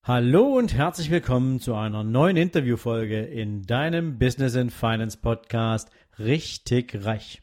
Hallo und herzlich willkommen zu einer neuen Interviewfolge in deinem Business and Finance Podcast Richtig Reich.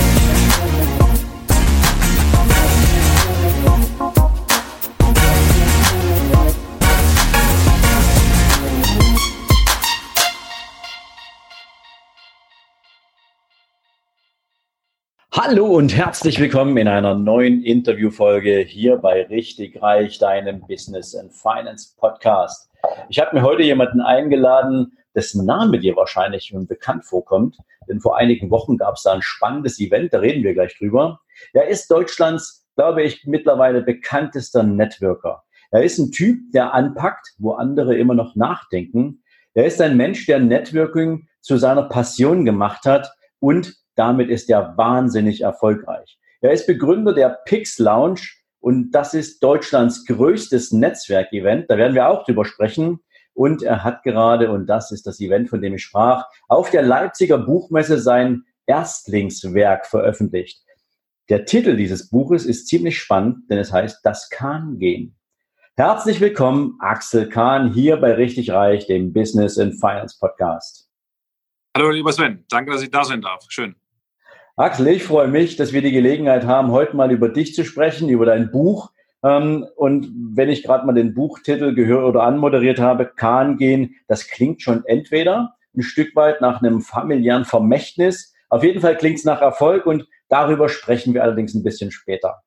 Hallo und herzlich willkommen in einer neuen Interviewfolge hier bei Richtig Reich, deinem Business and Finance Podcast. Ich habe mir heute jemanden eingeladen, dessen Name dir wahrscheinlich schon bekannt vorkommt, denn vor einigen Wochen gab es da ein spannendes Event, da reden wir gleich drüber. Er ist Deutschlands, glaube ich, mittlerweile bekanntester Networker. Er ist ein Typ, der anpackt, wo andere immer noch nachdenken. Er ist ein Mensch, der Networking zu seiner Passion gemacht hat und damit ist er wahnsinnig erfolgreich. Er ist Begründer der Pix Lounge und das ist Deutschlands größtes Netzwerkevent. Da werden wir auch drüber sprechen. Und er hat gerade, und das ist das Event, von dem ich sprach, auf der Leipziger Buchmesse sein Erstlingswerk veröffentlicht. Der Titel dieses Buches ist ziemlich spannend, denn es heißt Das Kahn-Gehen. Herzlich willkommen, Axel Kahn, hier bei Richtig Reich, dem Business and Finance Podcast. Hallo, lieber Sven. Danke, dass ich da sein darf. Schön. Axel, ich freue mich, dass wir die Gelegenheit haben, heute mal über dich zu sprechen, über dein Buch. Und wenn ich gerade mal den Buchtitel gehört oder anmoderiert habe, Kahn-Gehen, das klingt schon entweder ein Stück weit nach einem familiären Vermächtnis. Auf jeden Fall klingt es nach Erfolg und darüber sprechen wir allerdings ein bisschen später.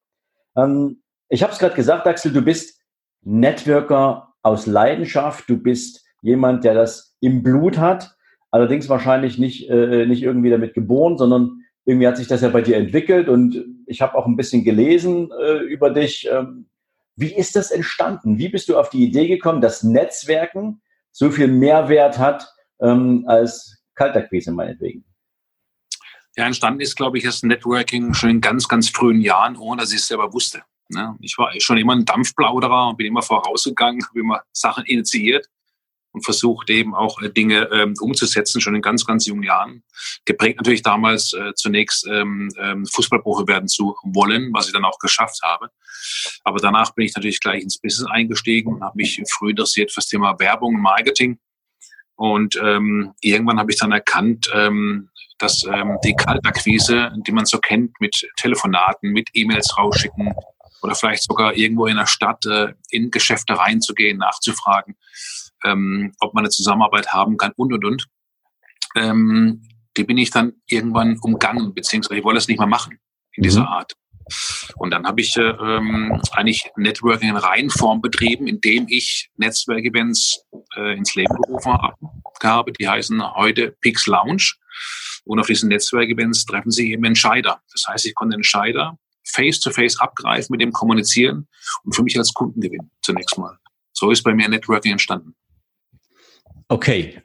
Ich habe es gerade gesagt, Axel, du bist Networker aus Leidenschaft. Du bist jemand, der das im Blut hat. Allerdings wahrscheinlich nicht irgendwie damit geboren, sondern irgendwie hat sich das ja bei dir entwickelt und ich habe auch ein bisschen gelesen über dich. Wie ist das entstanden? Wie bist du auf die Idee gekommen, dass Netzwerken so viel Mehrwert hat als Kaltakquise meinetwegen? Ja, entstanden ist, glaube ich, das Networking schon in ganz, ganz frühen Jahren, ohne dass ich es selber wusste. Ne? Ich war schon immer ein Dampfplauderer und bin immer vorausgegangen, habe immer Sachen initiiert und versucht eben auch Dinge umzusetzen, schon in ganz, ganz jungen Jahren. Geprägt natürlich damals zunächst Fußballprofi werden zu wollen, was ich dann auch geschafft habe. Aber danach bin ich natürlich gleich ins Business eingestiegen und habe mich früh interessiert für das Thema Werbung und Marketing. Und irgendwann habe ich dann erkannt, dass die Kaltakquise, die man so kennt, mit Telefonaten, mit E-Mails rausschicken oder vielleicht sogar irgendwo in der Stadt in Geschäfte reinzugehen, nachzufragen, ob man eine Zusammenarbeit haben kann und. Die bin ich dann irgendwann umgangen, beziehungsweise ich wollte es nicht mehr machen in dieser Art. Und dann habe ich eigentlich Networking in Reihenform betrieben, indem ich Netzwerkevents ins Leben gerufen habe. Die heißen heute Pix Lounge. Und auf diesen Netzwerkevents treffen sich eben Entscheider. Das heißt, ich konnte Entscheider face-to-face abgreifen, mit dem kommunizieren und für mich als Kunden gewinnen zunächst mal. So ist bei mir Networking entstanden. Okay,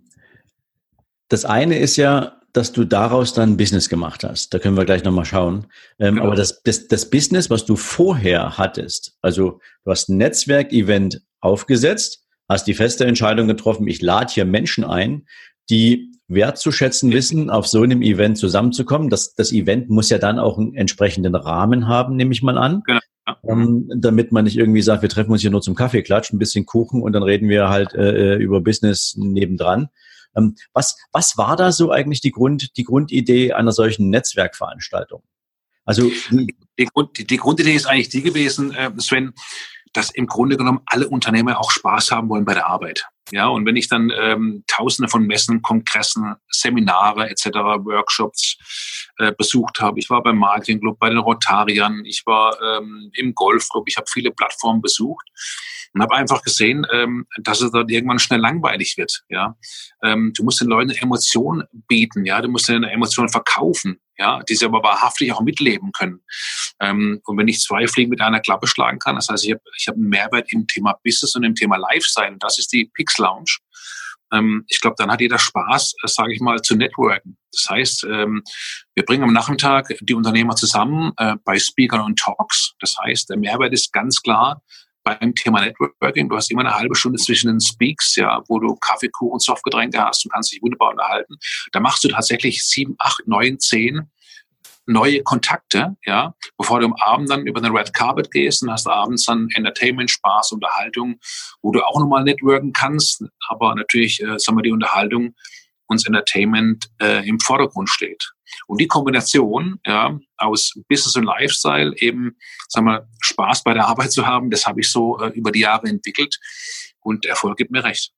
das eine ist ja, dass du daraus dann ein Business gemacht hast. Da können wir gleich nochmal schauen. Genau. Aber das Business, was du vorher hattest, also du hast ein Netzwerkevent aufgesetzt, hast die feste Entscheidung getroffen, ich lade hier Menschen ein, die wertzuschätzen wissen, auf so einem Event zusammenzukommen. Das Event muss ja dann auch einen entsprechenden Rahmen haben, nehme ich mal an. Genau. Damit man nicht irgendwie sagt, wir treffen uns hier nur zum Kaffeeklatsch, ein bisschen Kuchen und dann reden wir halt über Business nebendran. Was war da so eigentlich die Grundidee einer solchen Netzwerkveranstaltung? Also die Grundidee ist eigentlich die gewesen, Sven, dass im Grunde genommen alle Unternehmer auch Spaß haben wollen bei der Arbeit. Ja, und wenn ich dann Tausende von Messen, Kongressen, Seminare etc., Workshops besucht habe, ich war beim Marketingclub, bei den Rotariern, ich war im Golfclub, ich habe viele Plattformen besucht und habe einfach gesehen, dass es dort irgendwann schnell langweilig wird. Ja, du musst den Leuten eine Emotion bieten, ja, du musst ihnen eine Emotion verkaufen, ja, die sie aber wahrhaftig auch mitleben können. Und wenn ich 2 Fliegen mit einer Klappe schlagen kann, das heißt, ich hab einen Mehrwert im Thema Business und im Thema Lifestyle, und das ist die Pix Lounge. Ich glaube, dann hat jeder Spaß, sage ich mal, zu networken. Das heißt, wir bringen am Nachmittag die Unternehmer zusammen bei Speakern und Talks. Das heißt, der Mehrwert ist ganz klar beim Thema Networking. Du hast immer eine halbe Stunde zwischen den Speaks, ja, wo du Kaffee, Kuchen, Softgetränke hast und kannst dich wunderbar unterhalten. Da machst du tatsächlich 7, 8, 9, 10 neue Kontakte, ja, bevor du am Abend dann über den Red Carpet gehst und hast abends dann Entertainment, Spaß, Unterhaltung, wo du auch nochmal networken kannst, aber natürlich, die Unterhaltung und das Entertainment im Vordergrund steht. Und die Kombination, ja, aus Business und Lifestyle, eben, Spaß bei der Arbeit zu haben, das habe ich so über die Jahre entwickelt und Erfolg gibt mir recht.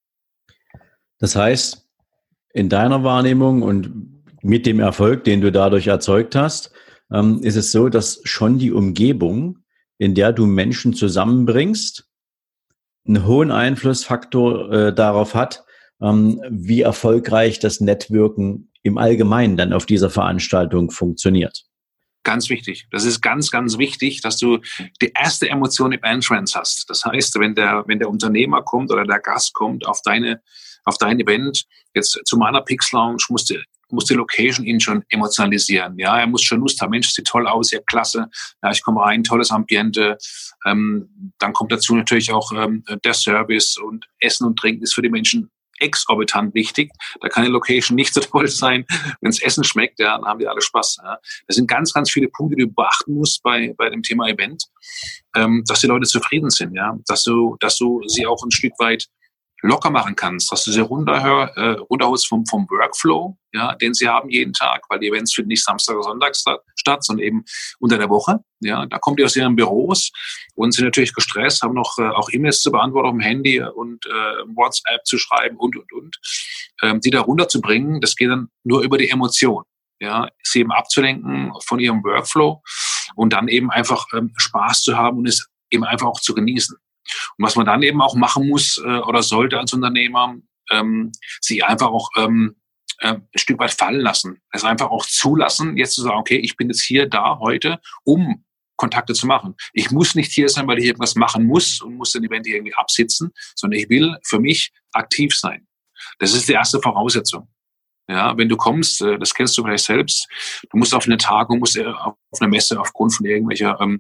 Das heißt, in deiner Wahrnehmung und mit dem Erfolg, den du dadurch erzeugt hast, ist es so, dass schon die Umgebung, in der du Menschen zusammenbringst, einen hohen Einflussfaktor darauf hat, wie erfolgreich das Networken im Allgemeinen dann auf dieser Veranstaltung funktioniert. Ganz wichtig. Das ist ganz, ganz wichtig, dass du die erste Emotion im Entrance hast. Das heißt, wenn der Unternehmer kommt oder der Gast kommt auf dein Event, jetzt zu meiner Pix Lounge, muss die Location ihn schon emotionalisieren. Ja, er muss schon Lust haben, Mensch, sieht toll aus, ja, klasse. Ja, ich komme rein, tolles Ambiente. Dann kommt dazu natürlich auch der Service und Essen und Trinken ist für die Menschen exorbitant wichtig. Da kann die Location nicht so toll sein. Wenn das Essen schmeckt, ja, dann haben die alle Spaß. Ja. Das sind ganz, ganz viele Punkte, die du beachten musst bei dem Thema Event, dass die Leute zufrieden sind, ja, dass du sie auch ein Stück weit locker machen kannst, dass du sie runterholst vom Workflow, ja, den sie haben jeden Tag, weil die Events finden nicht Samstag oder Sonntag statt, sondern eben unter der Woche. Ja, da kommen die aus ihren Büros und sind natürlich gestresst, haben noch auch E-Mails zu beantworten auf dem Handy und WhatsApp zu schreiben und. Die da runterzubringen, das geht dann nur über die Emotion. Ja, sie eben abzulenken von ihrem Workflow und dann eben einfach Spaß zu haben und es eben einfach auch zu genießen. Und was man dann eben auch machen muss oder sollte als Unternehmer, sich einfach auch ein Stück weit fallen lassen. Also einfach auch zulassen, jetzt zu sagen, okay, ich bin jetzt hier, da, heute, um Kontakte zu machen. Ich muss nicht hier sein, weil ich irgendwas machen muss und muss den Event irgendwie absitzen, sondern ich will für mich aktiv sein. Das ist die erste Voraussetzung. Ja, wenn du kommst, das kennst du vielleicht selbst, du musst auf eine Tagung, musst auf eine Messe aufgrund von irgendwelchen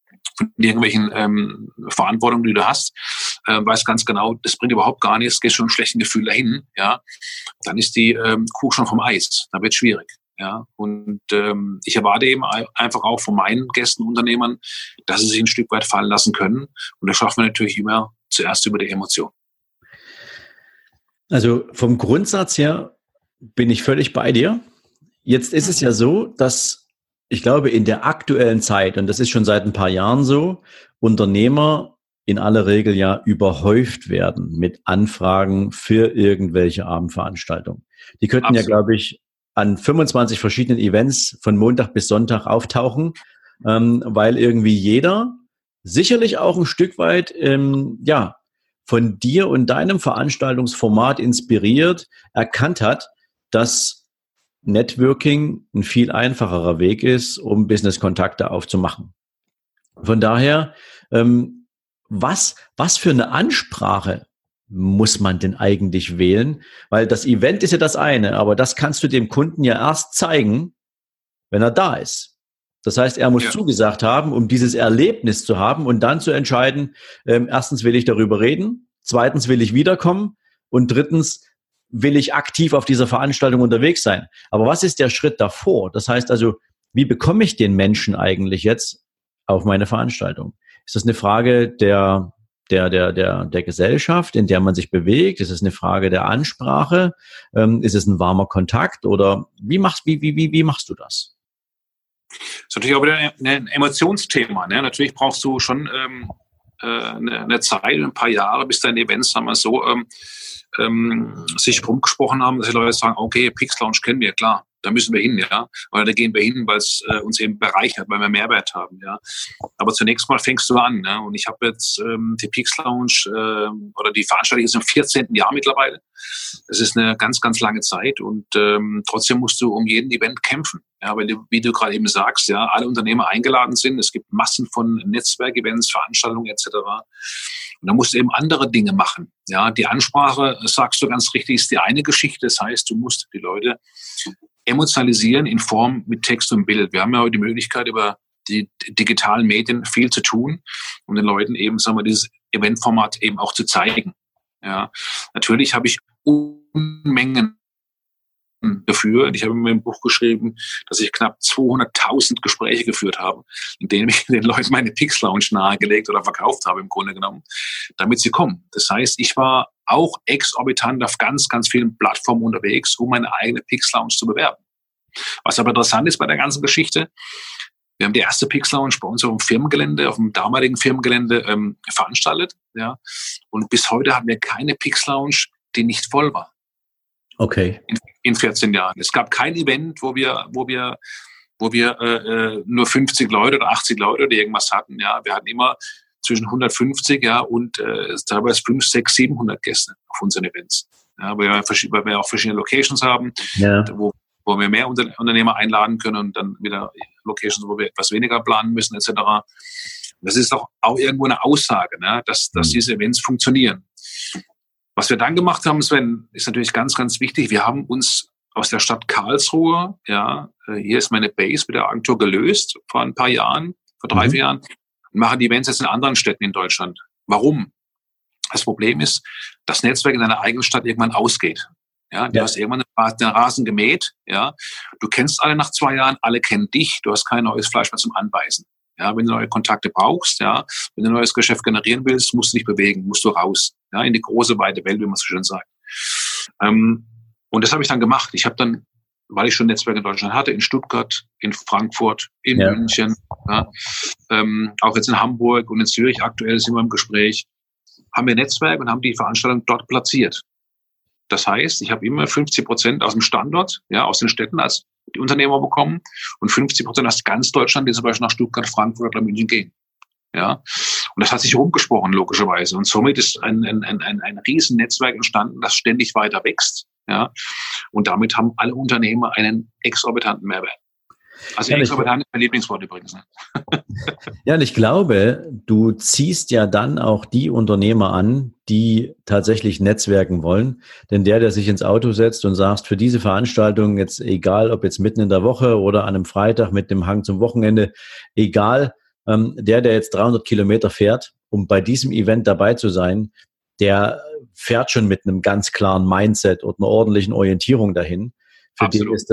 Verantwortungen, die du hast, weißt ganz genau, das bringt überhaupt gar nichts, gehst schon mit einem schlechten Gefühl dahin, ja, dann ist die Kuh schon vom Eis, dann wird es schwierig, ja, und ich erwarte eben einfach auch von meinen Gästen, Unternehmern, dass sie sich ein Stück weit fallen lassen können und das schaffen wir natürlich immer zuerst über die Emotion. Also vom Grundsatz her bin ich völlig bei dir. Jetzt ist es ja so, dass ich glaube, in der aktuellen Zeit, und das ist schon seit ein paar Jahren so, Unternehmer in aller Regel ja überhäuft werden mit Anfragen für irgendwelche Abendveranstaltungen. Die könnten Absolut. Ja, glaube ich, an 25 verschiedenen Events von Montag bis Sonntag auftauchen, weil irgendwie jeder sicherlich auch ein Stück weit, von dir und deinem Veranstaltungsformat inspiriert erkannt hat, dass Networking ein viel einfacherer Weg ist, um Business-Kontakte aufzumachen. Von daher, was für eine Ansprache muss man denn eigentlich wählen? Weil das Event ist ja das eine, aber das kannst du dem Kunden ja erst zeigen, wenn er da ist. Das heißt, er muss zugesagt haben, um dieses Erlebnis zu haben und dann zu entscheiden, erstens will ich darüber reden, zweitens will ich wiederkommen und drittens will ich aktiv auf dieser Veranstaltung unterwegs sein. Aber was ist der Schritt davor? Das heißt also, wie bekomme ich den Menschen eigentlich jetzt auf meine Veranstaltung? Ist das eine Frage der Gesellschaft, in der man sich bewegt? Ist es eine Frage der Ansprache? Ist es ein warmer Kontakt? Oder wie machst du das? Das ist natürlich auch wieder ein Emotionsthema. Ne? Natürlich brauchst du schon eine Zeit, ein paar Jahre, bis deine Events, sagen wir so, sich rumgesprochen haben, dass die Leute sagen, okay, Pix Lounge kennen wir, klar, da müssen wir hin, ja, oder da gehen wir hin, weil es uns eben bereichert, weil wir Mehrwert haben, ja. Aber zunächst mal fängst du an, ne? Und ich habe jetzt die Pix Lounge oder die Veranstaltung ist im 14. Jahr mittlerweile. Das ist eine ganz, ganz lange Zeit und trotzdem musst du um jeden Event kämpfen, ja, weil du, wie du gerade eben sagst, ja, alle Unternehmer eingeladen sind, es gibt Massen von Netzwerkevents, Veranstaltungen etc. Und da musst du eben andere Dinge machen. Ja, die Ansprache, sagst du ganz richtig, ist die eine Geschichte. Das heißt, du musst die Leute emotionalisieren in Form mit Text und Bild. Wir haben ja heute die Möglichkeit, über die digitalen Medien viel zu tun, um den Leuten eben, sagen wir, dieses Eventformat eben auch zu zeigen. Ja, natürlich habe ich Unmengen dafür. Und ich habe in meinem Buch geschrieben, dass ich knapp 200.000 Gespräche geführt habe, in denen ich den Leuten meine Pix Lounge nahegelegt oder verkauft habe, im Grunde genommen, damit sie kommen. Das heißt, ich war auch exorbitant auf ganz, ganz vielen Plattformen unterwegs, um meine eigene Pix Lounge zu bewerben. Was aber interessant ist bei der ganzen Geschichte, wir haben die erste Pix Lounge bei uns auf dem Firmengelände, auf dem damaligen Firmengelände veranstaltet, ja. Und bis heute haben wir keine Pix Lounge, die nicht voll war. Okay. In 14 Jahren. Es gab kein Event, wo wir nur 50 Leute oder 80 Leute oder irgendwas hatten. Ja, wir hatten immer zwischen 150 und teilweise 500, 600, 700 Gäste auf unseren Events. Ja, weil wir auch verschiedene Locations haben, wo wir mehr Unternehmer einladen können und dann wieder Locations, wo wir etwas weniger planen müssen etc. Das ist auch irgendwo eine Aussage, ne, dass diese Events funktionieren. Was wir dann gemacht haben, Sven, ist natürlich ganz, ganz wichtig. Wir haben uns aus der Stadt Karlsruhe, hier ist meine Base mit der Agentur, gelöst vor ein paar Jahren, vor 3-4 Jahren, und machen die Events jetzt in anderen Städten in Deutschland. Warum? Das Problem ist, das Netzwerk in deiner eigenen Stadt irgendwann ausgeht. Ja, du hast irgendwann den Rasen gemäht, ja. Du kennst alle nach 2 Jahren, alle kennen dich, du hast kein neues Fleisch mehr zum Anbeißen. Ja, wenn du neue Kontakte brauchst, wenn du ein neues Geschäft generieren willst, musst du dich bewegen, musst du raus, in die große, weite Welt, wie man so schön sagt. Und das habe ich dann gemacht. Ich habe dann, weil ich schon Netzwerke in Deutschland hatte, in Stuttgart, in Frankfurt, in München, auch jetzt in Hamburg und in Zürich, aktuell sind wir im Gespräch, haben wir Netzwerk und haben die Veranstaltung dort platziert. Das heißt, ich habe immer 50% aus dem Standort, aus den Städten als die Unternehmer bekommen und 50% aus ganz Deutschland, die zum Beispiel nach Stuttgart, Frankfurt oder München gehen. Ja. Und das hat sich rumgesprochen, logischerweise. Und somit ist ein riesen Netzwerk entstanden, das ständig weiter wächst. Ja. Und damit haben alle Unternehmer einen exorbitanten Mehrwert. Also exorbitant ist mein Lieblingswort übrigens. Ne? Ja, und ich glaube, du ziehst ja dann auch die Unternehmer an, die tatsächlich netzwerken wollen. Denn der sich ins Auto setzt und sagt, für diese Veranstaltung, jetzt egal, ob jetzt mitten in der Woche oder an einem Freitag mit dem Hang zum Wochenende, egal, der jetzt 300 Kilometer fährt, um bei diesem Event dabei zu sein, der fährt schon mit einem ganz klaren Mindset und einer ordentlichen Orientierung dahin. Für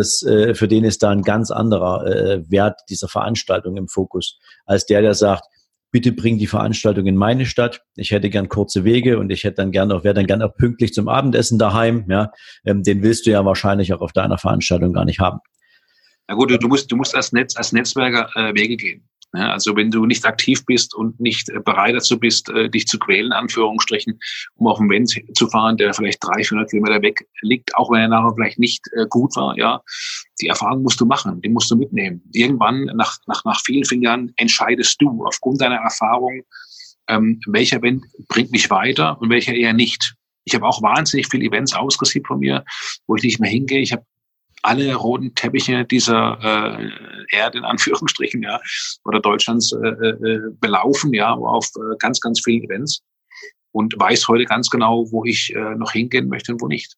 den ist da ein ganz anderer Wert dieser Veranstaltung im Fokus, als der sagt, bitte bring die Veranstaltung in meine Stadt. Ich hätte gern kurze Wege und ich wäre dann gerne auch pünktlich zum Abendessen daheim. Ja, den willst du ja wahrscheinlich auch auf deiner Veranstaltung gar nicht haben. Na gut, du musst als Netzwerker Wege gehen. Ja, also wenn du nicht aktiv bist und nicht bereit dazu bist, dich zu quälen, Anführungsstrichen, um auf einen Event zu fahren, der vielleicht 300-400 Kilometer weg liegt, auch wenn er nachher vielleicht nicht gut war, die Erfahrung musst du machen, die musst du mitnehmen. Irgendwann, nach vielen, vielen Jahren, entscheidest du aufgrund deiner Erfahrung, welcher Event bringt mich weiter und welcher eher nicht. Ich habe auch wahnsinnig viele Events ausgesiebt von mir, wo ich nicht mehr hingehe. Ich habe alle roten Teppiche dieser Erde, in Anführungsstrichen, oder Deutschlands belaufen, auf ganz, ganz vielen Events und weiß heute ganz genau, wo ich noch hingehen möchte und wo nicht.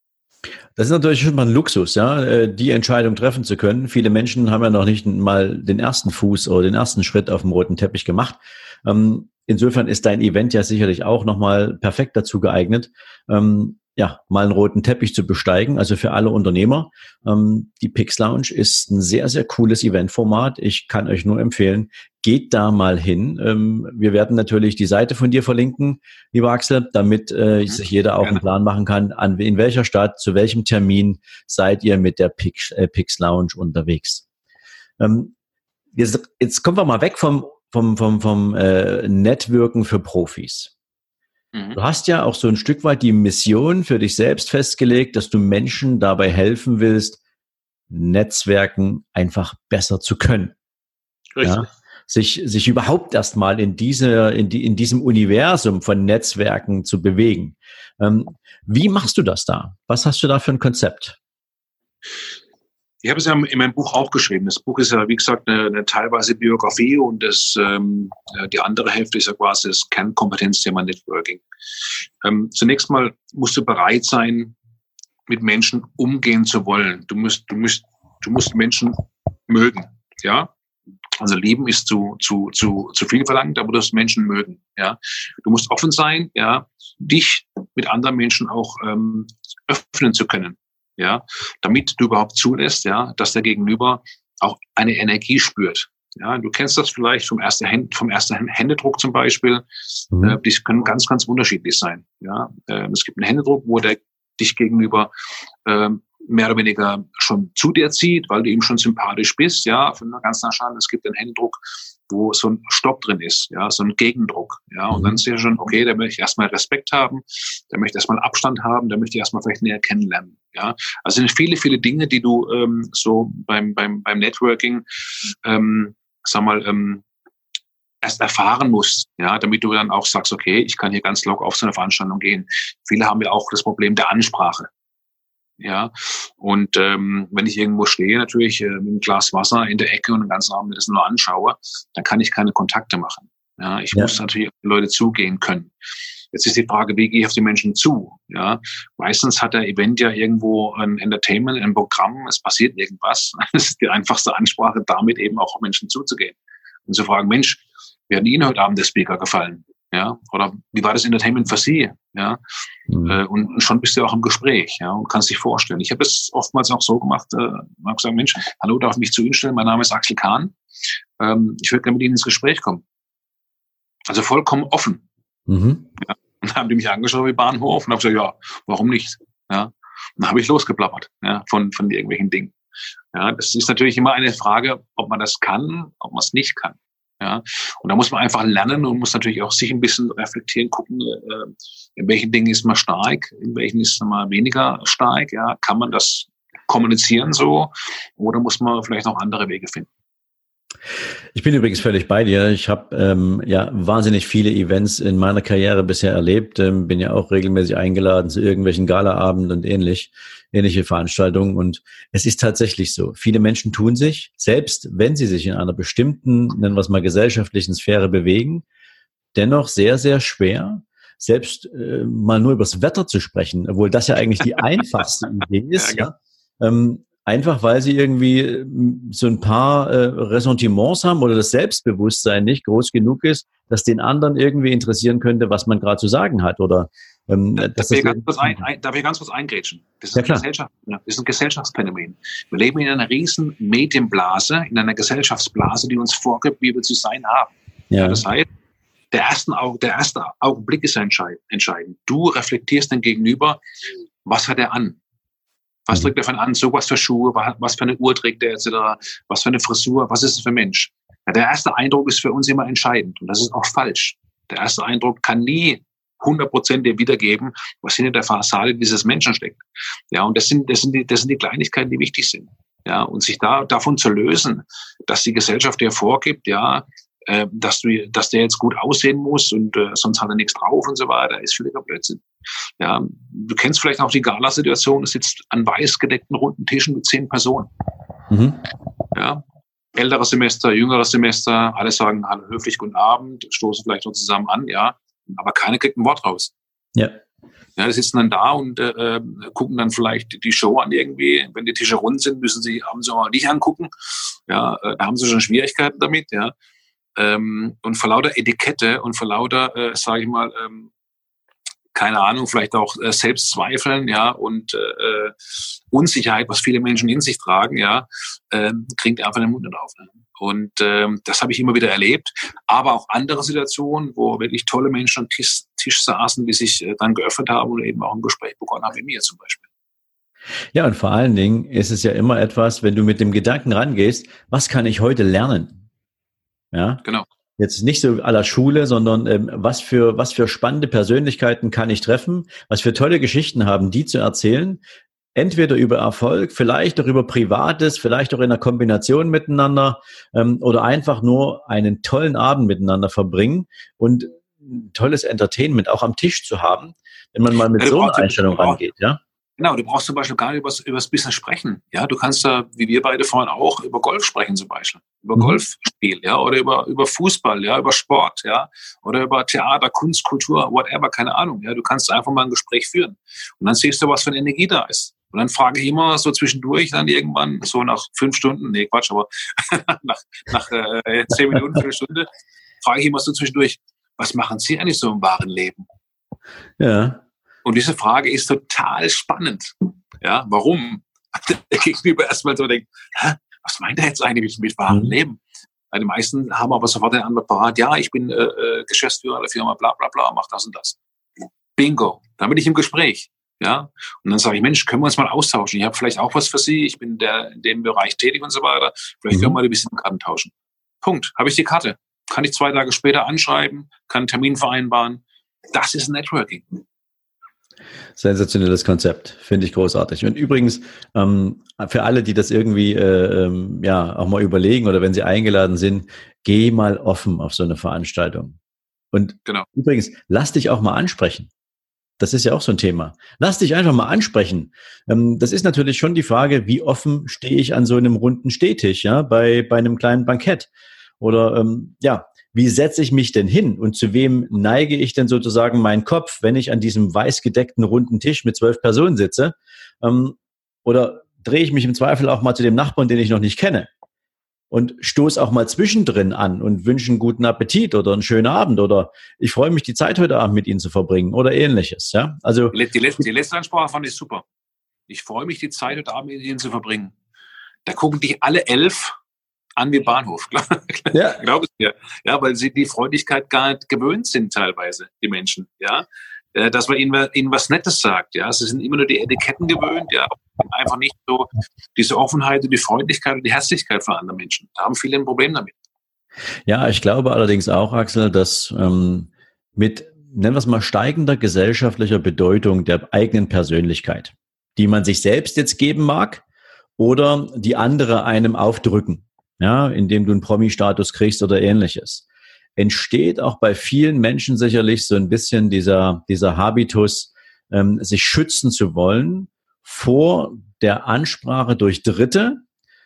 Das ist natürlich schon mal ein Luxus, die Entscheidung treffen zu können. Viele Menschen haben ja noch nicht mal den ersten Fuß oder den ersten Schritt auf dem roten Teppich gemacht. Insofern ist dein Event ja sicherlich auch nochmal perfekt dazu geeignet, mal einen roten Teppich zu besteigen, also für alle Unternehmer. Die Pix Lounge ist ein sehr, sehr cooles Eventformat. Ich kann euch nur empfehlen, geht da mal hin. Wir werden natürlich die Seite von dir verlinken, lieber Axel, damit sich jeder auch einen Plan machen kann, in welcher Stadt, zu welchem Termin seid ihr mit der Pix Lounge unterwegs. Jetzt kommen wir mal weg vom Networken für Profis. Du hast ja auch so ein Stück weit die Mission für dich selbst festgelegt, dass du Menschen dabei helfen willst, Netzwerken einfach besser zu können. Richtig. Ja, sich überhaupt erstmal in diesem Universum von Netzwerken zu bewegen. Wie machst du das da? Was hast du da für ein Konzept? Ich habe es ja in meinem Buch auch geschrieben. Das Buch ist ja, wie gesagt, eine teilweise Biografie und die andere Hälfte ist ja quasi das Kernkompetenzthema Networking. Zunächst mal musst du bereit sein, mit Menschen umgehen zu wollen. Du musst Menschen mögen, ja. Also lieben ist zu viel verlangt, aber du musst Menschen mögen, ja. Du musst offen sein, ja, dich mit anderen Menschen auch öffnen zu können. ja, damit du überhaupt zulässt, ja, dass der Gegenüber auch eine Energie spürt. Ja, du kennst das vielleicht vom ersten Händedruck zum Beispiel. Die können ganz, ganz unterschiedlich sein. Ja, es gibt einen Händedruck, wo der dich gegenüber mehr oder weniger schon zu dir zieht, weil du ihm schon sympathisch bist. Ja, von ganz nah schauen. Es gibt einen Händedruck, wo so ein Stopp drin ist, ja, so ein Gegendruck. Ja, und dann ist ja schon, okay, da möchte ich erstmal Respekt haben, da möchte ich erstmal Abstand haben, da möchte ich erstmal vielleicht näher kennenlernen. Ja, also sind viele, viele Dinge, die du so beim Networking erst erfahren musst, ja, damit du dann auch sagst, okay, ich kann hier ganz locker auf so eine Veranstaltung gehen. Viele haben ja auch das Problem der Ansprache. Ja, und wenn ich irgendwo stehe, natürlich mit einem Glas Wasser in der Ecke und den ganzen Abend mir das nur anschaue, dann kann ich keine Kontakte machen. Ja, ich muss natürlich auf die Leute zugehen können. Jetzt ist die Frage, wie gehe ich auf die Menschen zu? Ja, meistens hat der Event ja irgendwo ein Entertainment, ein Programm, es passiert irgendwas. Das ist die einfachste Ansprache, damit eben auch auf Menschen zuzugehen. Und zu fragen, Mensch, wie hat Ihnen heute Abend der Speaker gefallen? Ja, oder wie war das Entertainment für Sie? Ja, und schon bist du auch im Gespräch, ja, und kannst dich vorstellen. Ich habe es oftmals auch so gemacht, habe gesagt, Mensch, hallo, darf ich mich zu Ihnen stellen? Mein Name ist Axel Kahn. Ich würde gerne mit Ihnen ins Gespräch kommen. Also vollkommen offen. Ja. Und dann haben die mich angeschaut wie Bahnhof und habe gesagt, ja, warum nicht? Ja, und dann habe ich losgeplappert, ja, von irgendwelchen Dingen. Ja, das ist natürlich immer eine Frage, ob man das kann, ob man es nicht kann. Ja, und da muss man einfach lernen und muss natürlich auch sich ein bisschen reflektieren, gucken, in welchen Dingen ist man stark, in welchen ist man weniger stark. Ja, kann man das kommunizieren so oder muss man vielleicht noch andere Wege finden? Ich bin übrigens völlig bei dir. Ich habe wahnsinnig viele Events in meiner Karriere bisher erlebt. Bin ja auch regelmäßig eingeladen zu irgendwelchen Galaabenden und ähnliche Veranstaltungen. Und es ist tatsächlich so. Viele Menschen tun sich, selbst wenn sie sich in einer bestimmten, nennen wir es mal gesellschaftlichen Sphäre bewegen, dennoch sehr, sehr schwer, selbst mal nur über das Wetter zu sprechen, obwohl das ja eigentlich die einfachste Idee ist. Ja, einfach, weil sie irgendwie so ein paar Ressentiments haben oder das Selbstbewusstsein nicht groß genug ist, dass den anderen irgendwie interessieren könnte, was man gerade zu sagen hat. Oder darf ich ganz kurz eingrätschen? Das ist, das ist ein Gesellschaftsphänomen. Wir leben in einer riesen Medienblase, in einer Gesellschaftsblase, die uns vorgibt, wie wir zu sein haben. Ja. Das heißt, der erste Augenblick ist entscheidend. Du reflektierst den Gegenüber, was hat er an? Was trägt er für einen Anzug, was für Schuhe, was für eine Uhr trägt er etc., was für eine Frisur, was ist es für ein Mensch? Ja, der erste Eindruck ist für uns immer entscheidend und das ist auch falsch. Der erste Eindruck kann nie 100% dir wiedergeben, was hinter der Fassade dieses Menschen steckt. Ja, und das sind die Kleinigkeiten, die wichtig sind. Ja, und sich davon zu lösen, dass die Gesellschaft dir vorgibt, ja, dass der jetzt gut aussehen muss und sonst hat er nichts drauf und so weiter, ist völliger Blödsinn. Ja, du kennst vielleicht auch die Gala-Situation, es sitzt an weiß gedeckten runden Tischen mit 10 Personen. Ja, älteres Semester, jüngeres Semester, alle sagen hallo, höflich, guten Abend, stoßen vielleicht noch zusammen an, ja, aber keiner kriegt ein Wort raus. Ja. Ja, die sitzen dann da und gucken dann vielleicht die Show an irgendwie. Wenn die Tische rund sind, müssen sie abends auch mal dich angucken. Ja, da haben sie schon Schwierigkeiten damit, ja. Und vor lauter Etikette und vor lauter, sage ich mal, keine Ahnung, vielleicht auch Selbstzweifeln, ja, und Unsicherheit, was viele Menschen in sich tragen, ja, kriegt einfach den Mund nicht auf. Ne? Und das habe ich immer wieder erlebt. Aber auch andere Situationen, wo wirklich tolle Menschen am Tisch saßen, die sich dann geöffnet haben und eben auch ein Gespräch begonnen haben, wie mir zum Beispiel. Ja, und vor allen Dingen ist es ja immer etwas, wenn du mit dem Gedanken rangehst, was kann ich heute lernen? Ja, genau. Jetzt nicht so à la Schule, sondern was für spannende Persönlichkeiten kann ich treffen, was für tolle Geschichten haben die zu erzählen, entweder über Erfolg, vielleicht auch über Privates, vielleicht auch in einer Kombination miteinander oder einfach nur einen tollen Abend miteinander verbringen und ein tolles Entertainment auch am Tisch zu haben, wenn man mal mit so einer Einstellung rangeht, ja. Genau, du brauchst zum Beispiel gar nicht über das Business sprechen. Ja, du kannst da, wie wir beide vorhin auch, über Golf sprechen zum Beispiel. Über Golfspiel, ja, oder über Fußball, ja, über Sport, ja, oder über Theater, Kunst, Kultur, whatever, keine Ahnung. Ja, du kannst einfach mal ein Gespräch führen. Und dann siehst du, was für eine Energie da ist. Und dann frage ich immer so zwischendurch dann irgendwann, so nach 5 Stunden, nee, Quatsch, aber nach 10 Minuten, 1 Stunde, frage ich immer so zwischendurch, was machen Sie eigentlich so im wahren Leben? Ja. Und diese Frage ist total spannend. Ja, warum? Der Gegenüber erstmal so denkt, was meint er jetzt eigentlich mit wahrem Leben? Die meisten haben aber sofort eine Antwort parat, ja, ich bin Geschäftsführer der Firma, bla bla bla, mach das und das. Bingo, dann bin ich im Gespräch. Ja, und dann sage ich, Mensch, können wir uns mal austauschen? Ich habe vielleicht auch was für Sie, ich bin in dem Bereich tätig und so weiter. Vielleicht können wir mal ein bisschen Karten tauschen. Punkt, habe ich die Karte. Kann ich 2 Tage später anschreiben, kann einen Termin vereinbaren. Das ist Networking. Sensationelles Konzept, finde ich großartig. Und übrigens, für alle, die das irgendwie auch mal überlegen oder wenn sie eingeladen sind, geh mal offen auf so eine Veranstaltung. Und übrigens, lass dich auch mal ansprechen. Das ist ja auch so ein Thema. Lass dich einfach mal ansprechen. Das ist natürlich schon die Frage, wie offen stehe ich an so einem runden Stehtisch, ja, bei einem kleinen Bankett? Oder wie setze ich mich denn hin und zu wem neige ich denn sozusagen meinen Kopf, wenn ich an diesem weiß gedeckten runden Tisch mit 12 Personen sitze? Oder drehe ich mich im Zweifel auch mal zu dem Nachbarn, den ich noch nicht kenne? Und stoß auch mal zwischendrin an und wünsche einen guten Appetit oder einen schönen Abend oder ich freue mich, die Zeit heute Abend mit Ihnen zu verbringen oder ähnliches. Ja? Also die letzte Ansprache fand ich super. Ich freue mich, die Zeit heute Abend mit Ihnen zu verbringen. Da gucken dich alle 11 an wie Bahnhof. Ja. Glaube es mir. Ja, weil sie die Freundlichkeit gar nicht gewöhnt sind teilweise, die Menschen. Ja, dass man ihnen was Nettes sagt. Ja, sie sind immer nur die Etiketten gewöhnt. Ja, einfach nicht so diese Offenheit und die Freundlichkeit und die Herzlichkeit von anderen Menschen. Da haben viele ein Problem damit. Ja, ich glaube allerdings auch, Axel, dass mit, nennen wir es mal, steigender gesellschaftlicher Bedeutung der eigenen Persönlichkeit, die man sich selbst jetzt geben mag oder die andere einem aufdrücken, ja, indem du einen Promi-Status kriegst oder ähnliches, entsteht auch bei vielen Menschen sicherlich so ein bisschen dieser Habitus, sich schützen zu wollen vor der Ansprache durch Dritte,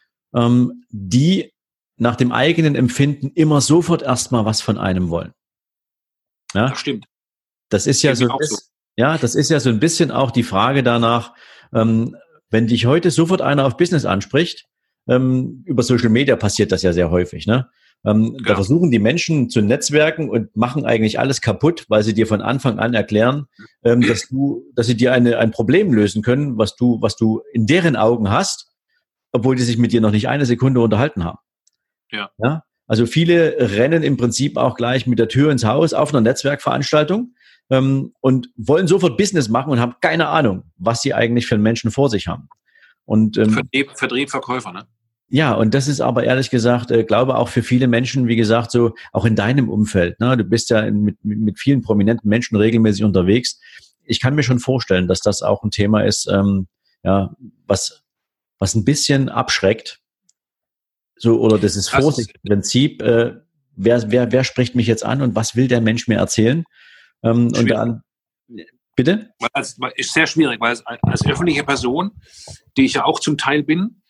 die nach dem eigenen Empfinden immer sofort erstmal was von einem wollen. Ja? Das stimmt. Das ist ja so ein bisschen auch die Frage danach, wenn dich heute sofort einer auf Business anspricht, über Social Media passiert das ja sehr häufig, ne? Da versuchen die Menschen zu netzwerken und machen eigentlich alles kaputt, weil sie dir von Anfang an erklären, dass sie dir ein Problem lösen können, was du in deren Augen hast, obwohl die sich mit dir noch nicht eine Sekunde unterhalten haben. Ja? Also viele rennen im Prinzip auch gleich mit der Tür ins Haus auf einer Netzwerkveranstaltung und wollen sofort Business machen und haben keine Ahnung, was sie eigentlich für einen Menschen vor sich haben. Und Vertrieb, Verkäufer, ne? Ja, und das ist aber ehrlich gesagt, glaube auch für viele Menschen, wie gesagt, so auch in deinem Umfeld, ne? Du bist ja mit vielen prominenten Menschen regelmäßig unterwegs. Ich kann mir schon vorstellen, dass das auch ein Thema ist, was ein bisschen abschreckt. So, oder das ist Vorsichtsprinzip. Wer spricht mich jetzt an und was will der Mensch mir erzählen? Und dann, bitte? Ist sehr schwierig, weil als öffentliche Person, die ich ja auch zum Teil bin,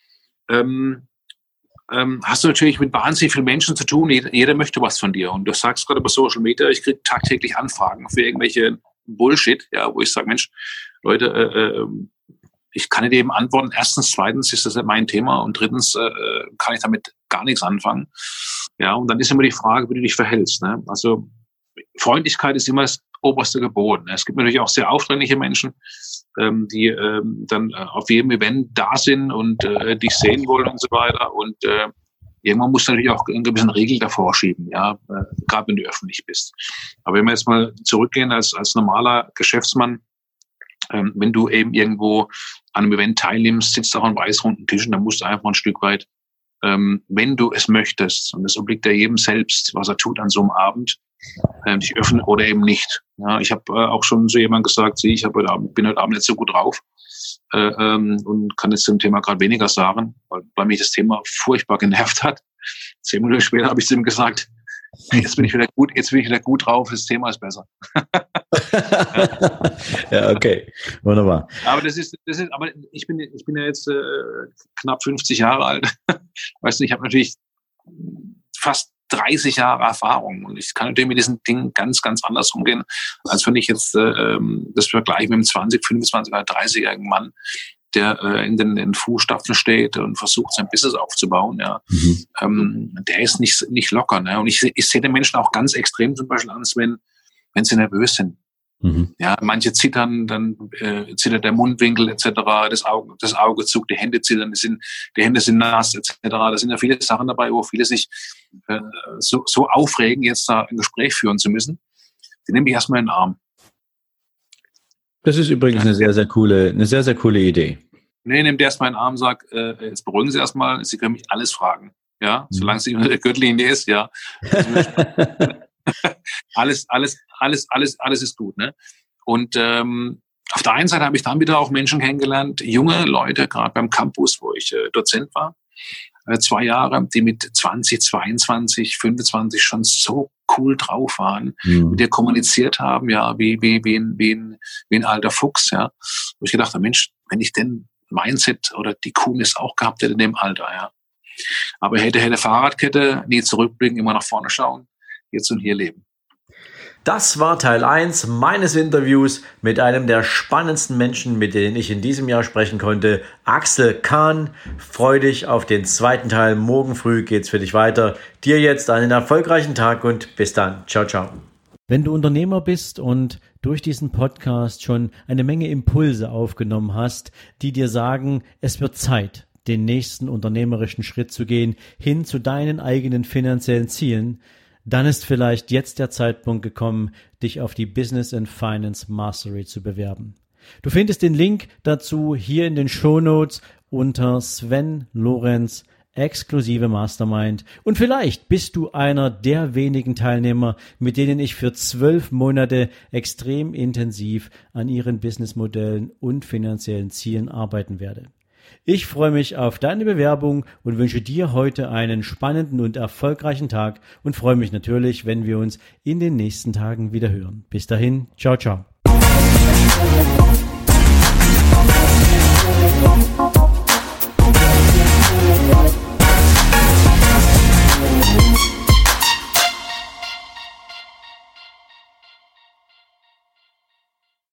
hast du natürlich mit wahnsinnig vielen Menschen zu tun. Jeder möchte was von dir. Und du sagst gerade über Social Media, ich kriege tagtäglich Anfragen für irgendwelche Bullshit, ja, wo ich sage, Mensch, Leute, ich kann nicht eben antworten. Erstens, zweitens ist das nicht mein Thema und drittens kann ich damit gar nichts anfangen. Ja, und dann ist immer die Frage, wie du dich verhältst. Ne? Also Freundlichkeit ist immer das oberste Gebot. Ne? Es gibt natürlich auch sehr aufdringliche Menschen, die dann auf jedem Event da sind und dich sehen wollen und so weiter. Und irgendwann musst du natürlich auch einen gewissen Regel davor schieben, ja, gerade wenn du öffentlich bist. Aber wenn wir jetzt mal zurückgehen als normaler Geschäftsmann, wenn du eben irgendwo an einem Event teilnimmst, sitzt auch an weißrunden Tischen, dann musst du einfach ein Stück weit, wenn du es möchtest, und das obliegt ja jedem selbst, was er tut an so einem Abend, dich öffnen oder eben nicht. Ja, ich habe auch schon zu jemandem gesagt, ich bin heute Abend nicht so gut drauf und kann jetzt zum Thema gerade weniger sagen, weil mich das Thema furchtbar genervt hat. 10 Minuten später habe ich zu ihm gesagt, jetzt bin ich wieder gut drauf, das Thema ist besser. Ja, okay, wunderbar. Aber aber ich bin ja jetzt knapp 50 Jahre alt. Weißt du, ich habe natürlich fast 30 Jahre Erfahrung und ich kann natürlich mit diesen Dingen ganz, ganz anders umgehen, als wenn ich jetzt das vergleiche mit einem 20, 25 oder 30-jährigen Mann, der in den Fußstapfen steht und versucht, sein Business aufzubauen. Ja. Der ist nicht locker. Ne? Und ich sehe den Menschen auch ganz extrem zum Beispiel an, wenn sie nervös sind. Ja, manche zittern, dann zittert der Mundwinkel etc., das Auge zuckt, die Hände zittern, die Hände sind nass etc. Da sind ja viele Sachen dabei, wo viele sich so aufregen, jetzt da ein Gespräch führen zu müssen. Die nehme ich erstmal in den Arm. Das ist übrigens eine sehr, sehr coole Idee. Nee, nehmt erstmal in den Arm, sag, jetzt beruhigen Sie erstmal, Sie können mich alles fragen. Ja, solange es unter der Gürtellinie ist, ja. alles ist gut, ne? Und auf der einen Seite habe ich dann wieder auch Menschen kennengelernt, junge Leute, gerade beim Campus, wo ich Dozent war, 2 Jahre, die mit 20, 22, 25 schon so cool drauf waren, mit der kommuniziert haben, ja, wie ein alter Fuchs, ja. Wo ich gedacht habe, Mensch, wenn ich den Mindset oder die Coolness auch gehabt hätte in dem Alter, ja. Aber hätte Fahrradkette, nie zurückblicken, immer nach vorne schauen, jetzt und hier leben. Das war Teil 1 meines Interviews mit einem der spannendsten Menschen, mit denen ich in diesem Jahr sprechen konnte, Axel Kahn. Freu dich auf den zweiten Teil. Morgen früh geht's für dich weiter. Dir jetzt einen erfolgreichen Tag und bis dann. Ciao, ciao. Wenn du Unternehmer bist und durch diesen Podcast schon eine Menge Impulse aufgenommen hast, die dir sagen, es wird Zeit, den nächsten unternehmerischen Schritt zu gehen, hin zu deinen eigenen finanziellen Zielen, dann ist vielleicht jetzt der Zeitpunkt gekommen, dich auf die Business and Finance Mastery zu bewerben. Du findest den Link dazu hier in den Shownotes unter Sven Lorenz exklusive Mastermind. Und vielleicht bist du einer der wenigen Teilnehmer, mit denen ich für 12 Monate extrem intensiv an ihren Businessmodellen und finanziellen Zielen arbeiten werde. Ich freue mich auf deine Bewerbung und wünsche dir heute einen spannenden und erfolgreichen Tag und freue mich natürlich, wenn wir uns in den nächsten Tagen wieder hören. Bis dahin, ciao, ciao.